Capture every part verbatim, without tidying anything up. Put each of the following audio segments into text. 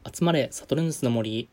集まれサトルヌスの森。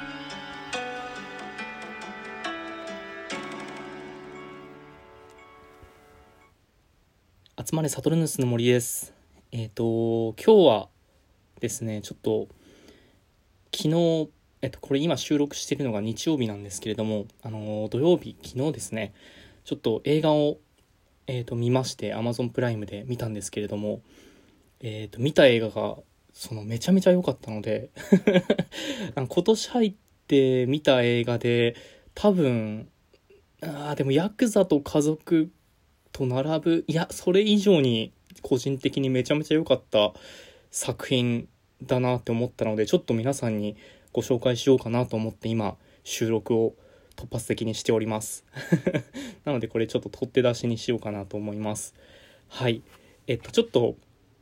集まれサトルヌスの森です。えっと今日はですね、ちょっと昨日えっとこれ今収録しているのが日曜日なんですけれども、あの土曜日昨日ですね、ちょっと映画をえっと見まして、 Amazon プライムで見たんですけれども、えっと見た映画がそのめちゃめちゃ良かったのであの今年入って見た映画で多分あーでもヤクザと家族と並ぶ、いやそれ以上に個人的にめちゃめちゃ良かった作品だなって思ったので、ちょっと皆さんにご紹介しようかなと思って今収録を突発的にしておりますなのでこれちょっと取って出しにしようかなと思います。はい、えっとちょっと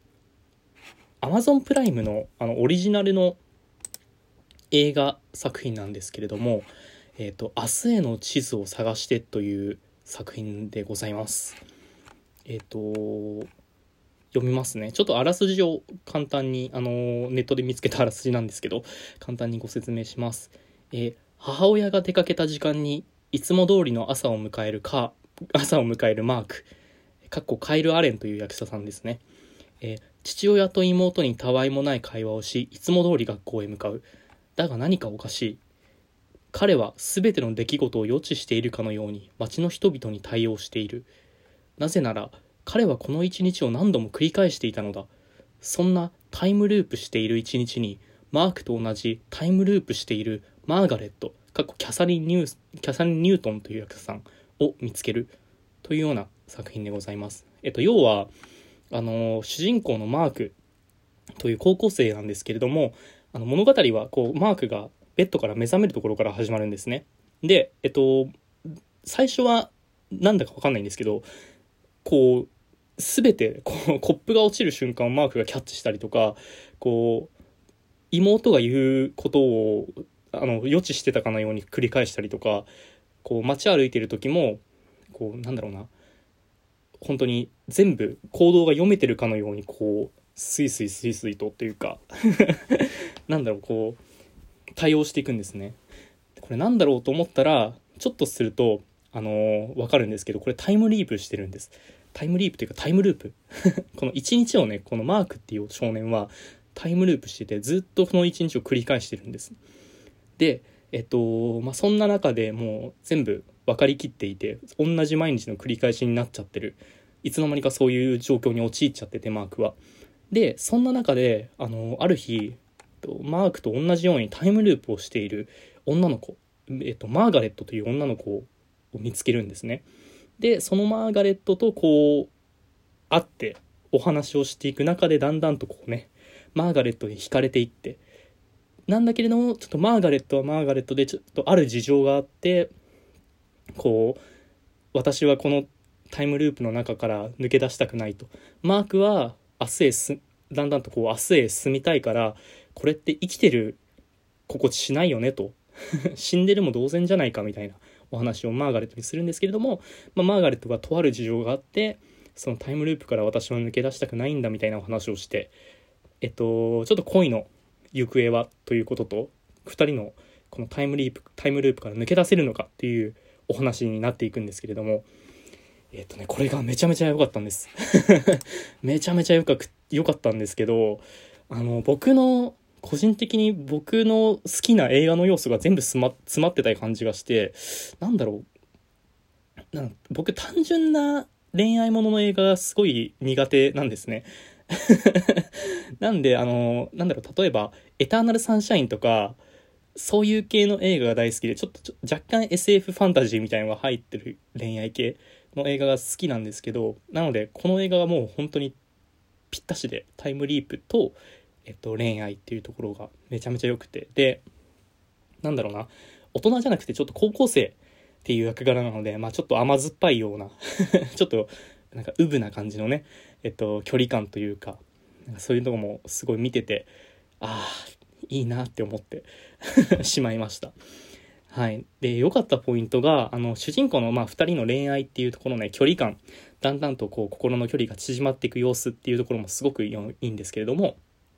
Amazon プライムのあのオリジナルの映画作品なんですけれども、えっと明日への地図を探してという作品でございます。えっと読みますね。ちょっとあらすじを簡単に、あのネットで見つけたあらすじなんですけど、簡単にご説明します。えー母親が出かけた時間にいつも通りの朝を迎えるか朝を迎えるマーク、かっこカイル・アレンという役者さんですね。えー父親と妹にたわいもない会話をし、いつも通り学校へ向かう。だが何かおかしい。彼は全ての出来事を予知しているかのように街の人々に対応している。なぜなら彼はこの一日を何度も繰り返していたのだ。そんなタイムループしている一日に、マークと同じタイムループしているマーガレット、かっこキャサリン・ニューキャサリン・ニュートンという役者さんを見つけるというような作品でございます。えっと要はあの主人公のマークという高校生なんですけれども、あの物語はこうマークがベッドから目覚めるところから始まるんですね。で、えっと最初はなんだか分かんないんですけど、こう全てこうコップが落ちる瞬間をマークがキャッチしたりとか、こう妹が言うことをあの予知してたかのように繰り返したりとか、こう街歩いてる時もこうなんだろうな、本当に全部行動が読めてるかのようにこうスイスイスイスイとっていうかなんだろう、こう対応していくんですね。これなんだろうと思ったらちょっとするとあのー、分かるんですけど、これタイムリープしてるんです。タイムリープというかタイムループこの一日をね、このマークっていう少年はタイムループしてて、ずっとこの一日を繰り返してるんです。でえっとまあそんな中でもう全部分かりきっていて、同じ毎日の繰り返しになっちゃってる、いつの間にかそういう状況に陥っちゃってて、マークは。でそんな中であのある日マークと同じようにタイムループをしている女の子、えっと、マーガレットという女の子を見つけるんですね。でそのマーガレットとこう会ってお話をしていく中で、だんだんとこうね、マーガレットに惹かれていって、なんだけれどもちょっとマーガレットはマーガレットでちょっとある事情があって、こう私はこのタイムループの中から抜け出したくないと、マークは明日へすだんだんとこう明日へ進みたいから、これって生きてる心地しないよねと死んでるも同然じゃないかみたいなお話をマーガレットにするんですけれども、まあ、マーガレットがとある事情があって、そのタイムループから私は抜け出したくないんだみたいなお話をして、えっとちょっと恋の行方はということと、ふたりのこのタイムリープタイムループから抜け出せるのかっていうお話になっていくんですけれども、えっとねこれがめちゃめちゃ良かったんですめちゃめちゃ良かく良かったんですけど、あの僕の個人的に僕の好きな映画の要素が全部詰ま、詰まってた感じがして、なんだろう、なん僕単純な恋愛ものの映画がすごい苦手なんですねなんであのなんだろう、例えばエターナルサンシャインとかそういう系の映画が大好きで、ちょっとちょ若干 エスエフ ファンタジーみたいなのが入ってる恋愛系の映画が好きなんですけど、なのでこの映画はもう本当にぴったしで、タイムリープと、えっと、恋愛っていうところがめちゃめちゃ良くて、でなんだろうな、大人じゃなくてちょっと高校生っていう役柄なので、まあちょっと甘酸っぱいようなちょっとなんかウブな感じのね、えっと距離感というか、なんかそういうのもすごい見てて、ああいいなって思ってしまいました。はい。で良かったポイントが、あの主人公のまあふたりの恋愛っていうところのね、距離感、だんだんとこう心の距離が縮まっていく様子っていうところもすごくいいんですけれども、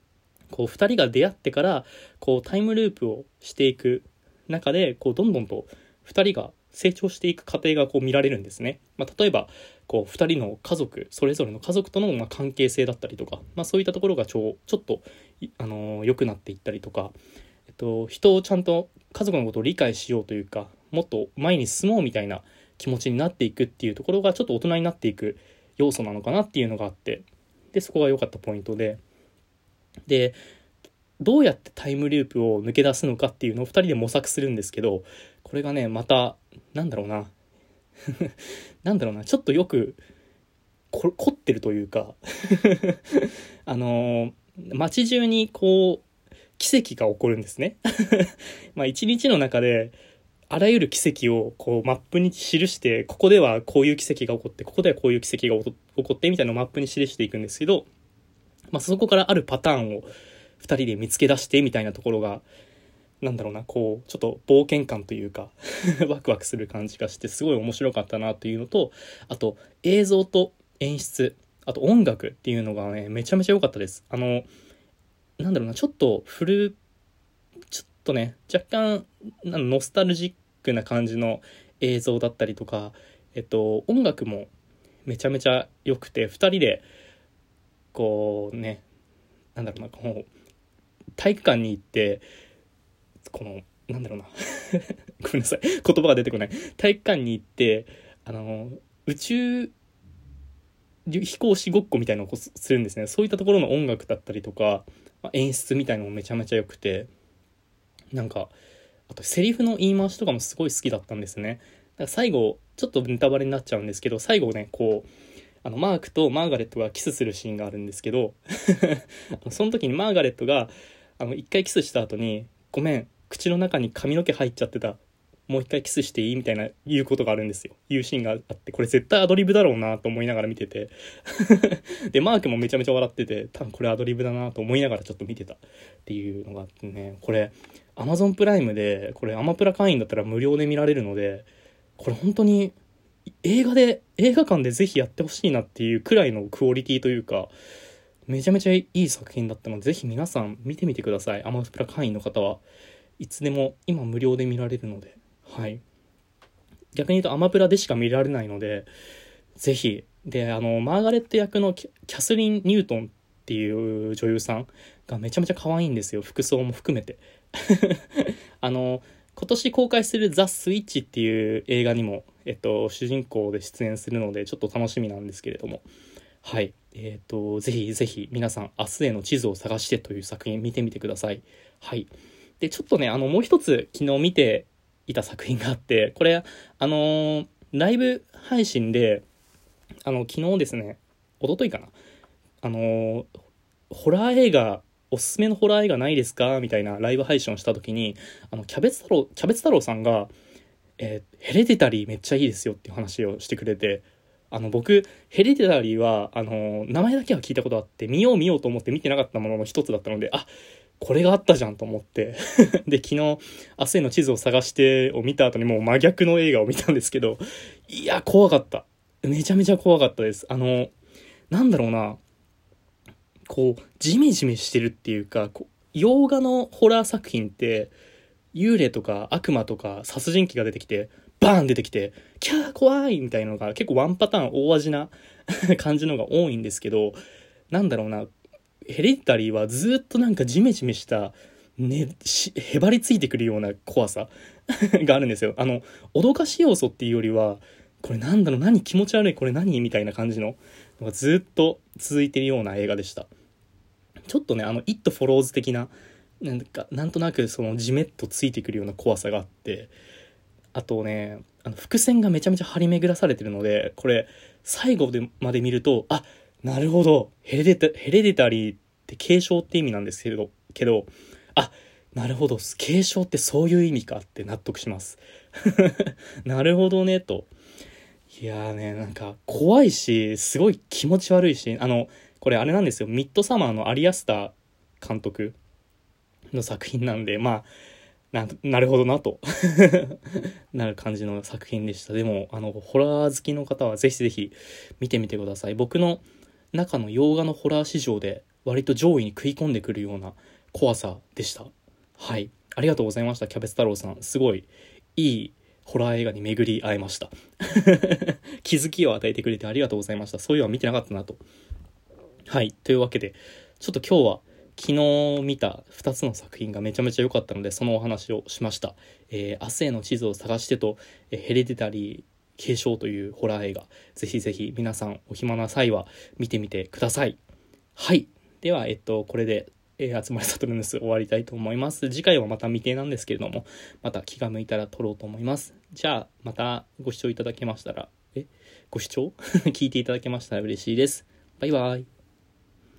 こうふたりが出会ってからこうタイムループをしていく中でこうどんどんとふたりが成長していく過程がこう見られるんですね。まあ、例えばこうふたりの家族それぞれの家族とのまあ関係性だったりとか、まあ、そういったところがちょちょっと、あのー良くなっていったりとか、えっと、人をちゃんと家族のことを理解しようというか、もっと前に進もうみたいな気持ちになっていくっていうところがちょっと大人になっていく要素なのかなっていうのがあって、でそこが良かったポイントで、でどうやってタイムループを抜け出すのかっていうのをふたりで模索するんですけど、これがねまたなんだろうななんだろうなちょっとよくこ凝ってるというかあのー、街中にこう奇跡が起こるんですねまあ一日の中であらゆる奇跡をこうマップに記して、ここではこういう奇跡が起こって、ここではこういう奇跡が起こってみたいなのをマップに記していくんですけど、まあ、そこからあるパターンをふたりで見つけ出してみたいなところが、なんだろうな、こうちょっと冒険感というかワクワクする感じがしてすごい面白かったなというのと、あと映像と演出、あと音楽っていうのがねめちゃめちゃ良かったです。あのなんだろうな、ちょっと古ちょっとね若干ノスタルジックな感じの映像だったりとか、えっと音楽もめちゃめちゃ良くて、ふたりでこうね、なんだろうな、この体育館に行ってこのなんだろうなごめんなさい言葉が出てこない、体育館に行ってあの宇宙飛行士ごっこみたいなのをするんですね。そういったところの音楽だったりとか、まあ、演出みたいなのもめちゃめちゃ良くて、なんかあとセリフの言い回しとかもすごい好きだったんですね。だから最後ちょっとネタバレになっちゃうんですけど、最後ねこうあのマークとマーガレットがキスするシーンがあるんですけどその時にマーガレットがあの一回キスした後に、ごめん口の中に髪の毛入っちゃってた、もう一回キスしていいみたいな言うことがあるんですよ。言うシーンがあって、これ絶対アドリブだろうなと思いながら見ててでマークもめちゃめちゃ笑ってて、多分これアドリブだなと思いながらちょっと見てたっていうのがあってね、これ Amazon プライムで、これアマプラ会員だったら無料で見られるので、これ本当に映画で映画館でぜひやってほしいなっていうくらいのクオリティというか、めちゃめちゃいい作品だったので、ぜひ皆さん見てみてください。アマプラ会員の方はいつでも今無料で見られるので、はい。逆に言うとアマプラでしか見られないので、ぜひ。で、あのマーガレット役のキャスリン・ニュートンっていう女優さんがめちゃめちゃ可愛いんですよ。服装も含めてあの今年公開するザ・スイッチっていう映画にも、えっと、主人公で出演するのでちょっと楽しみなんですけれども、はい、えっとぜひぜひ皆さん明日への地図を探してという作品見てみてください。はい。でちょっとね、あのもう一つ昨日見ていた作品があって、これあのー、ライブ配信であの昨日ですね、一昨日かな、あのー、ホラー映画おすすめのホラー映画ないですかみたいなライブ配信をした時に、あのキャベツ太郎キャベツ太郎さんが、えー、ヘレディタリーめっちゃいいですよっていう話をしてくれて、あの僕ヘレディタリーはあの名前だけは聞いたことあって、見よう見ようと思って見てなかったものの一つだったので、あ、これがあったじゃんと思ってで昨日明日への地図を探してを見た後にもう真逆の映画を見たんですけど、いや怖かった、めちゃめちゃ怖かったです。あのなんだろうな、こうジメジメしてるっていうか、こう洋画のホラー作品って幽霊とか悪魔とか殺人鬼が出てきてバーン出てきてキャー怖いみたいなのが結構ワンパターン大味な感じのが多いんですけど、なんだろうな、ヘレディタリーはずっとなんかジメジメしたね、へばりついてくるような怖さがあるんですよ。あの脅かし要素っていうよりは、これなんだろう、何気持ち悪いこれ何みたいな感じののがずっと続いてるような映画でした。ちょっとね、あの It Follows 的ななんかなんとなくそのジメッとついてくるような怖さがあって、あとね、あの伏線がめちゃめちゃ張り巡らされてるので、これ最後でまで見ると、あ、なるほど、ヘレデタヘレデタリーって継承って意味なんですけどけどあ、なるほど、継承ってそういう意味かって納得しますなるほどねと。いやーね、なんか怖いしすごい気持ち悪いし、あのこれあれなんですよ、ミッドサマーのアリアスター監督の作品なんで、まあ な, なるほどなとなる感じの作品でした。でもあのホラー好きの方はぜひぜひ見てみてください。僕の中の洋画のホラー市場で割と上位に食い込んでくるような怖さでした。はい、ありがとうございました。キャベツ太郎さん、すごいいいホラー映画に巡り会えました気づきを与えてくれてありがとうございました。そういうのは見てなかったなと。はい、というわけでちょっと今日は昨日見たふたつの作品がめちゃめちゃ良かったので、そのお話をしました。えー、明日への地図を探してと、えー、ヘレディタリー継承というホラー映画、ぜひぜひ皆さんお暇な際は見てみてください。はい、ではえっとこれで、えー、集まりサトルヌス終わりたいと思います。次回はまた未定なんですけれども、また気が向いたら撮ろうと思います。じゃあまたご視聴いただけましたらえご視聴聞いていただけましたら嬉しいです。バイバイ。